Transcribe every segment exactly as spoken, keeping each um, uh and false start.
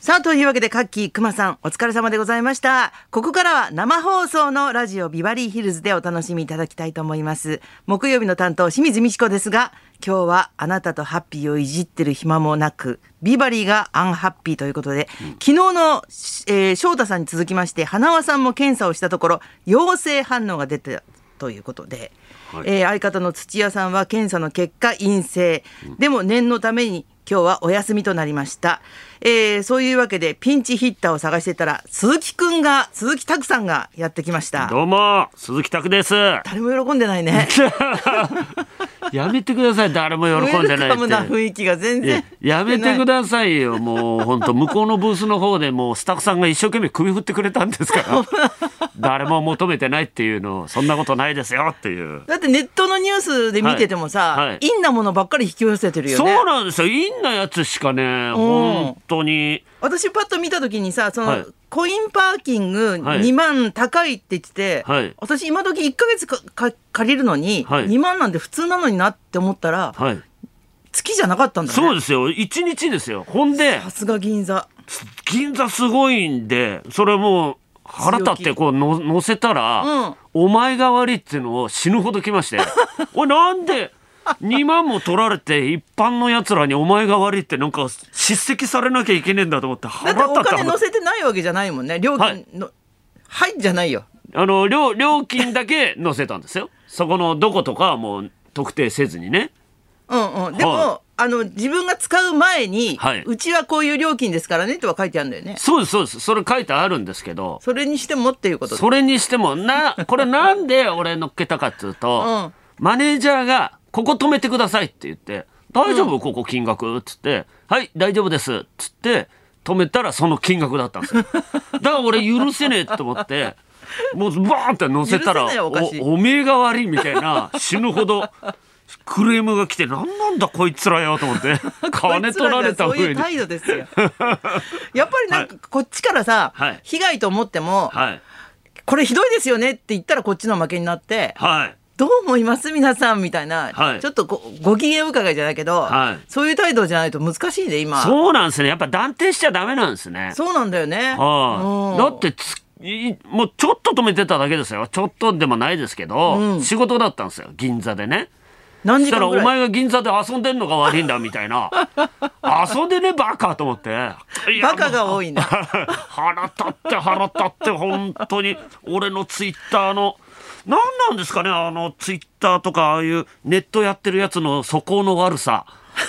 さあというわけでカッキーくまさんお疲れ様でございました。ここからは生放送のラジオビバリーヒルズでお楽しみいただきたいと思います。木曜日の担当清水美智子ですが、今日はあなたとハッピーをいじってる暇もなくビバリーがアンハッピーということで、うん、昨日の、えー、翔太さんに続きまして花輪さんも検査をしたところ陽性反応が出てということで、はい、えー、相方の土屋さんは検査の結果陰性、うん、でも念のために今日はお休みとなりました。えー、そういうわけでピンチヒッターを探してたら鈴木くんが鈴木拓さんがやってきました。 どうも鈴木拓です。 誰も喜んでないねやめてください。誰も喜んでないって。ウェルカムな雰囲気が全然や, やめてくださいよ。もう本当向こうのブースの方でもうスタッフさんが一生懸命首振ってくれたんですから誰も求めてないっていうの、そんなことないですよっていう。 だってネットのニュースで見ててもさ、はいはい、陰なものばっかり引き寄せてるよね。 そうなんですよ。陰なやつしかね、本当に。 私パッと見た時にさ、その、はい、コインパーキングにまん高いって言ってて、はい、私今時いっかげつかか借りるのに、はい、にまんなんて普通なのになって思ったら、はい、月じゃなかったんだね。 そうですよ、いちにちですよ。ほんでさすが銀座銀座すごいんで、それもう腹立ってこうの乗せたら、うん、お前が悪いっていうのを死ぬほど来ましておいなんでにまんも取られて一般のやつらにお前が悪いってなんか叱責されなきゃいけねえんだと思って腹立った。 だってお金乗せてないわけじゃないもんね。料金の、はい、はいじゃないよ。 あの 料, 料金だけ乗せたんですよそこのどことかはもう特定せずにね。 うんうん。でも、はい、あの自分が使う前に、はい、うちはこういう料金ですからねとは書いてあるんだよね。 そうですそうです。それ書いてあるんですけど、 それにしてもっていうことで。 それにしてもな、これなんで俺乗っけたかっていうと、うん、マネージャーがここ止めてくださいって言って、大丈夫、うん、ここ金額っつって、はい大丈夫ですっつって止めたらその金額だったんですよだから俺許せねえと思ってもうバーンって乗せたら お, おめえが悪いみたいな死ぬほどクレームが来て、なんなんだこいつらよと思って金取られた上にそういう態度ですよやっぱりなんかこっちからさ、はい、被害と思っても、はい、これひどいですよねって言ったらこっちの負けになって、はい、どう思います皆さんみたいな、はい、ちょっと ご, ご機嫌伺いじゃないけど、はい、そういう態度じゃないと難しいね今。 そうなんですね。やっぱ断定しちゃダメなんですね。 そうなんだよね、 はあ、だってつもうちょっと止めてただけですよ。ちょっとでもないですけど、うん、仕事だったんですよ銀座でね。何時間ぐらい。そしたらお前が銀座で遊んでんのが悪いんだみたいな遊んでねバカと思って。 バカが多いな腹立って腹立って本当に俺のツイッターの何なんですかね、あのツイッターとかああいうネットやってるやつの素行の悪さ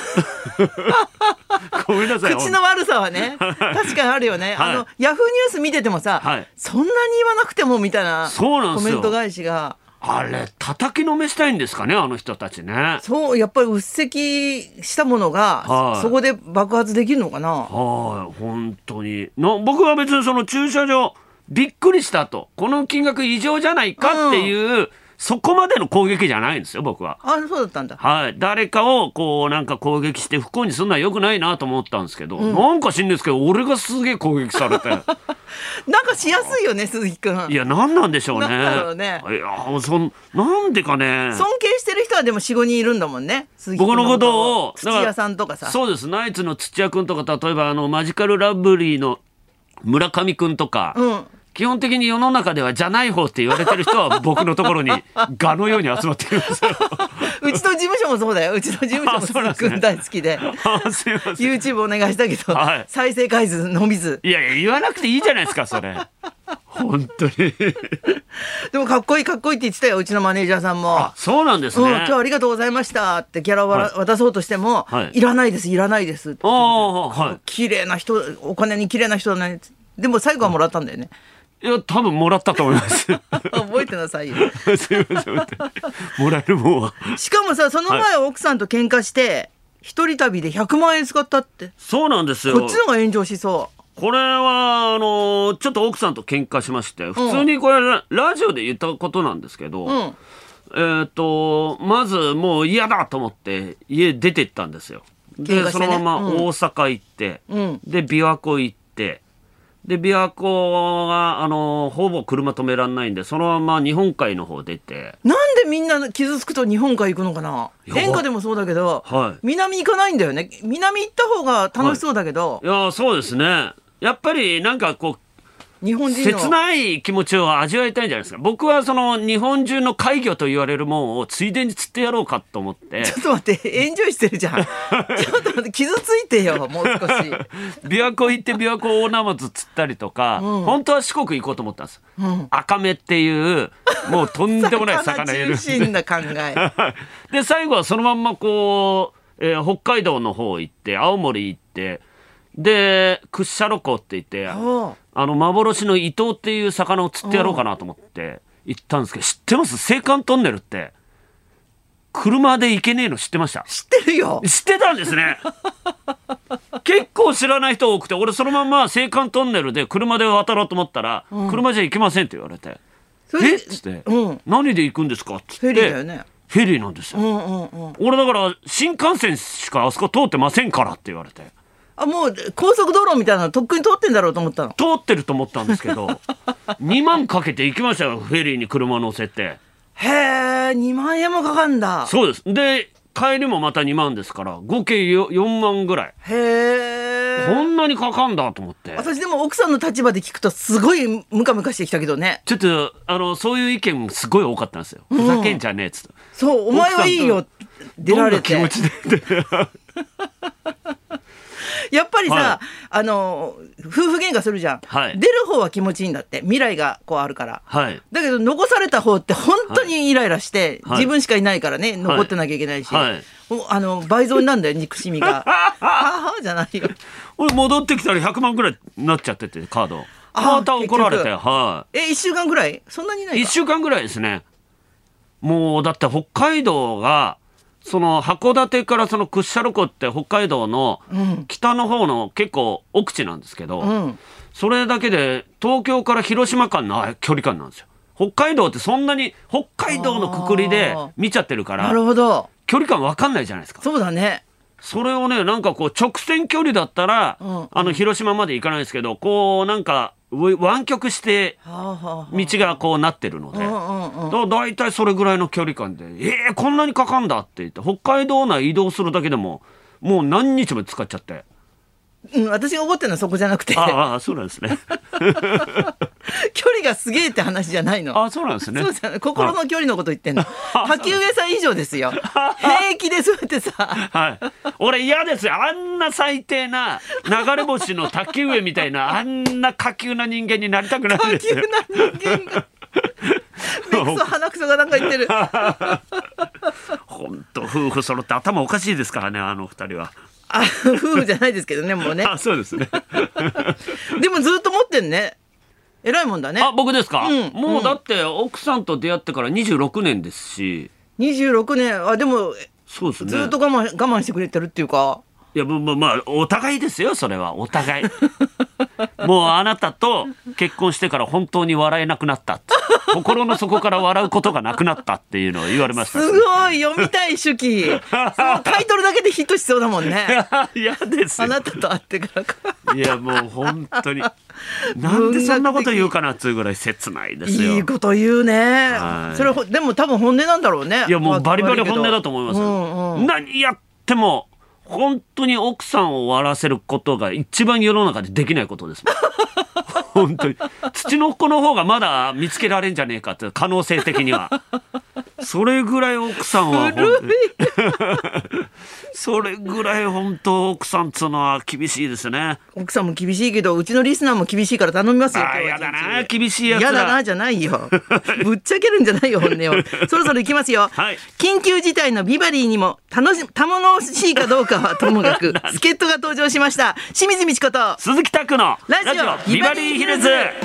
ごめんなさい。 口の悪さはね確かにあるよね、はい、あのヤフーニュース見ててもさ、はい、そんなに言わなくてもみたいなコメント返しが。 あれ叩きのめしたいんですかねあの人たちね。 そうやっぱりうっせきしたものが、はい、そこで爆発できるのかな。 はい、本当にの僕は別にその駐車場びっくりしたと、この金額異常じゃないかっていう、うん、そこまでの攻撃じゃないんですよ僕は。 あ、そうだったんだ。 はい、誰かをこうなんか攻撃して不幸にするのは良くないなと思ったんですけど、うん、なんか知んですけど俺がすげえ攻撃されてなんかしやすいよね鈴木くん。 いやなんなんでしょうね。 なんだろうね。 いやそんなんでかね。 尊敬してる人はでも よん,ご 人いるんだもんね鈴木くんの僕のことを。 土屋さんとかさ。 そうです、ナイツの土屋くんとか例えばあのマジカルラブリーの村上くんとか、うん、基本的に世の中ではじゃない方って言われてる人は僕のところにガのように集まってるんですようちの事務所もそうだよ。うちの事務所も鈴木くん大好きであすいません YouTube お願いしたけど、はい、再生回数伸びず。 いやいや言わなくていいじゃないですかそれ本当にでもかっこいいかっこいいって言ってたようちのマネージャーさんも。 あそうなんですね、うん、 今日はありがとうございましたってギャラを、はい、渡そうとしても、はい、いらないですいらないですって言って、はい、綺麗な人お金に綺麗な人だね。でも最後はもらったんだよね。 いや多分もらったと思います覚えてなさいよすいませんもらえるもんは。 しかもさその前奥さんと喧嘩して一人旅でひゃくまんえん使ったって。 そうなんですよ。 こっちの方が炎上しそう。 これはあのちょっと奥さんと喧嘩しまして、普通にこれ、うん、ラジオで言ったことなんですけど、うん、えー、とまずもう嫌だと思って家出てったんですよ。で、ね、そのまま大阪行って、うん、で琵琶湖行ってで琵琶湖があのほぼ車止めらんないんでそのまま日本海の方出て。 なんでみんな傷つくと日本海行くのかな。演歌でもそうだけど、はい、南行かないんだよね。南行った方が楽しそうだけど、 はい、いやそうですね。 やっぱりなんかこう日本人の切ない気持ちを味わいたいんじゃないですか。僕はその日本中の怪魚と言われるもんをついでに釣ってやろうかと思って。 ちょっと待って、エンジョイしてるじゃん。ちょっと待って、傷ついてよ、もう少し。 琵琶湖行って琵琶湖大ナマズ釣ったりとか、うん、本当は四国行こうと思ったんです、うん、アカメっていうもうとんでもない魚いる。 魚中心な考え。 で最後はそのまんまこう、えー、北海道の方行って青森行って、で屈斜路湖って言ってあの幻の伊東っていう魚を釣ってやろうかなと思って行ったんですけど、知ってます？青函トンネルって車で行けねえの知ってました？ 知ってるよ。 知ってたんですね。結構知らない人多くて、俺そのまま青函トンネルで車で渡ろうと思ったら、うん、車じゃ行けませんって言われて、えっつって、うん、何で行くんですかっつって、 フェリーだよね。 フェリーなんですよ、うんうんうん、俺だから新幹線しかあそこ通ってませんからって言われて、 あ、もう高速道路みたいなのとっくに通ってんだろうと思ったの。 通ってると思ったんですけどにまんかけて行きましたよ、フェリーに車乗せて。 へー、にまんえんもかかんだ。 そうです。で帰りもまたにまんですから合計 よ, よんまんぐらい。 へー、 こんなにかかんだと思って。 私でも奥さんの立場で聞くとすごいムカムカしてきたけどね。 ちょっとあのそういう意見すごい多かったんですよ、うん、ふざけんじゃねえっつって。 そう、お前はいいよ出られて。 どんな気持ちでやっぱりさ、 はい、 あの夫婦喧嘩するじゃん、はい、出る方は気持ちいいんだって、未来がこうあるから、はい、だけど残された方って本当にイライラして、はい、自分しかいないからね、残ってなきゃいけないし、はいはい、あの倍増になるんだよ憎しみが。ははじゃないよ。 俺戻ってきたらひゃくまんぐらいになっちゃってて、カードまた怒られて、はい、 えいっしゅうかんぐらい？そんなにないか。 いっしゅうかんぐらいですね。もうだって北海道がその函館からその屈斜路湖って北海道の北の方の結構奥地なんですけど、うん、それだけで東京から広島間の距離感なんですよ。北海道ってそんなに北海道のくくりで見ちゃってるから、 なるほど、 距離感分かんないじゃないですか。 そうだね。 それをね、なんかこう直線距離だったら、うん、あの広島まで行かないですけど、こうなんか湾曲して道がこうなってるので、だ, だいたいそれぐらいの距離感で、えー、こんなにかかんだって言って、北海道内移動するだけでももう何日も使っちゃって、 うん、私が怒ってるのはそこじゃなくて、 ああそうなんですね。 距離がすげえって話じゃないの。 あ、そうなんですね。 そうじゃない、心の距離のこと言ってんの。滝上さん以上ですよ。平気でそうやってさ、 はい、俺嫌ですよ、あんな最低な流れ星の滝上みたいなあんな下級な人間になりたくないんですよ。 下級な人間が目くそ鼻くそがなんか言ってる。 本当夫婦揃って頭おかしいですからね、あの二人は。 あ、夫婦じゃないですけどね、もうね。 あ、そうですね。 でもずっと持ってんね。偉いもんだね。 あ、僕ですか、うん、もうだって奥さんと出会ってからにじゅうろくねんですし。 にじゅうろくねん、あ、でもそうですね、 ずっと我慢我慢してくれてるっていうか。 いや、まあまあお互いですよ、それはお互い。もうあなたと結婚してから本当に笑えなくなったって、心の底から笑うことがなくなったっていうのを言われました、ね、 すごい読みたい手記。そのタイトルだけでヒットしそうだもんね。 嫌ですよ、 あなたと会ってからか。 いやもう本当になんでそんなこと言うかなっていうぐらい切ないですよ。 いいこと言うね。それでも多分本音なんだろうね。 いやもうバリバリ本音だと思いますよ、うんうん、何やっても本当に奥さんを笑わせることが一番世の中でできないことです。本当に土の子の方がまだ見つけられんじゃねえかって可能性的には。それぐらい奥さんはそれぐらい本当奥さんっつうのは厳しいですね。 奥さんも厳しいけどうちのリスナーも厳しいから頼みますよ。 あ、やだな、厳しいやつだ。 やだなじゃないよ。ぶっちゃけるんじゃないよ、本音を。そろそろ行きますよ、はい、緊急事態のビバリーにも楽し楽しいかどうかはともかく助っ人が登場しました。清水美智子と鈴木拓のラジオビバリーヒルズ。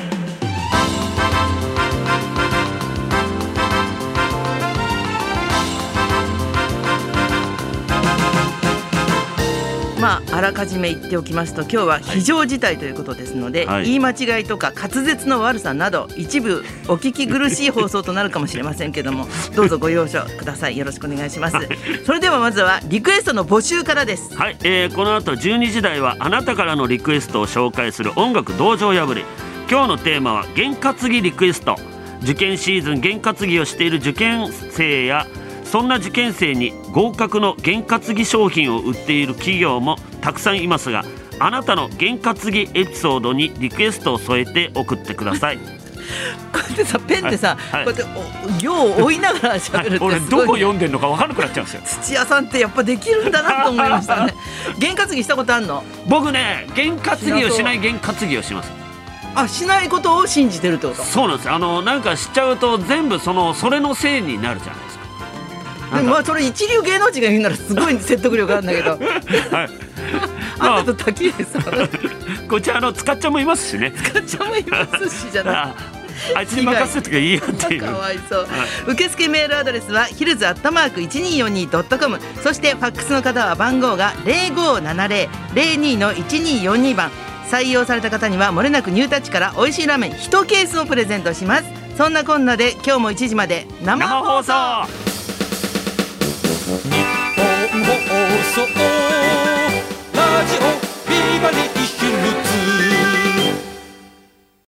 まあ、あらかじめ言っておきますと、今日は非常事態ということですので、はい、言い間違いとか滑舌の悪さなど一部お聞き苦しい放送となるかもしれませんけども、どうぞご容赦ください。よろしくお願いします、はい、それではまずはリクエストの募集からです。 はい、えー、この後じゅうにじ台はあなたからのリクエストを紹介する音楽道場破り。今日のテーマは験担ぎリクエスト。受験シーズン験担ぎをしている受験生やそんな受験生に合格の験担ぎ商品を売っている企業もたくさんいますが、 あなたの験担ぎエピソードにリクエストを添えて送ってください。 こうやってさペンでさ、はいはい、こうやって行を追いながら喋るってすごい、ね、 俺どこ読んでんのか分からなくなっちゃうんですよ。 土屋さんってやっぱできるんだなと思いましたね。験担ぎしたことあんの？ 僕ね、験担ぎをしない験担ぎをします。 あ、しないことを信じてるってこと？ そうなんです。あのなんかしちゃうと全部そのそれのせいになるじゃないですか。 でもまあそれ一流芸能人が言うならすごい説得力あるんだけど、はい、あんたと滝江さんこちらの使っちゃもいますしね。 使っちゃもいますしじゃないあいつに任せとかいいやっていう。 かわいそう、はい、受付メールアドレスはヒルズアットマーク いちにーよんにードットコム、 そしてファックスの方は番号が ゼロごーななゼロ ゼロにーのいちにーよんに 番。採用された方にはもれなくニュータッチから美味しいラーメンいちケースをプレゼントします。そんなこんなで今日もいちじまで生放送。 日本放送ラジオビバリーヒルズ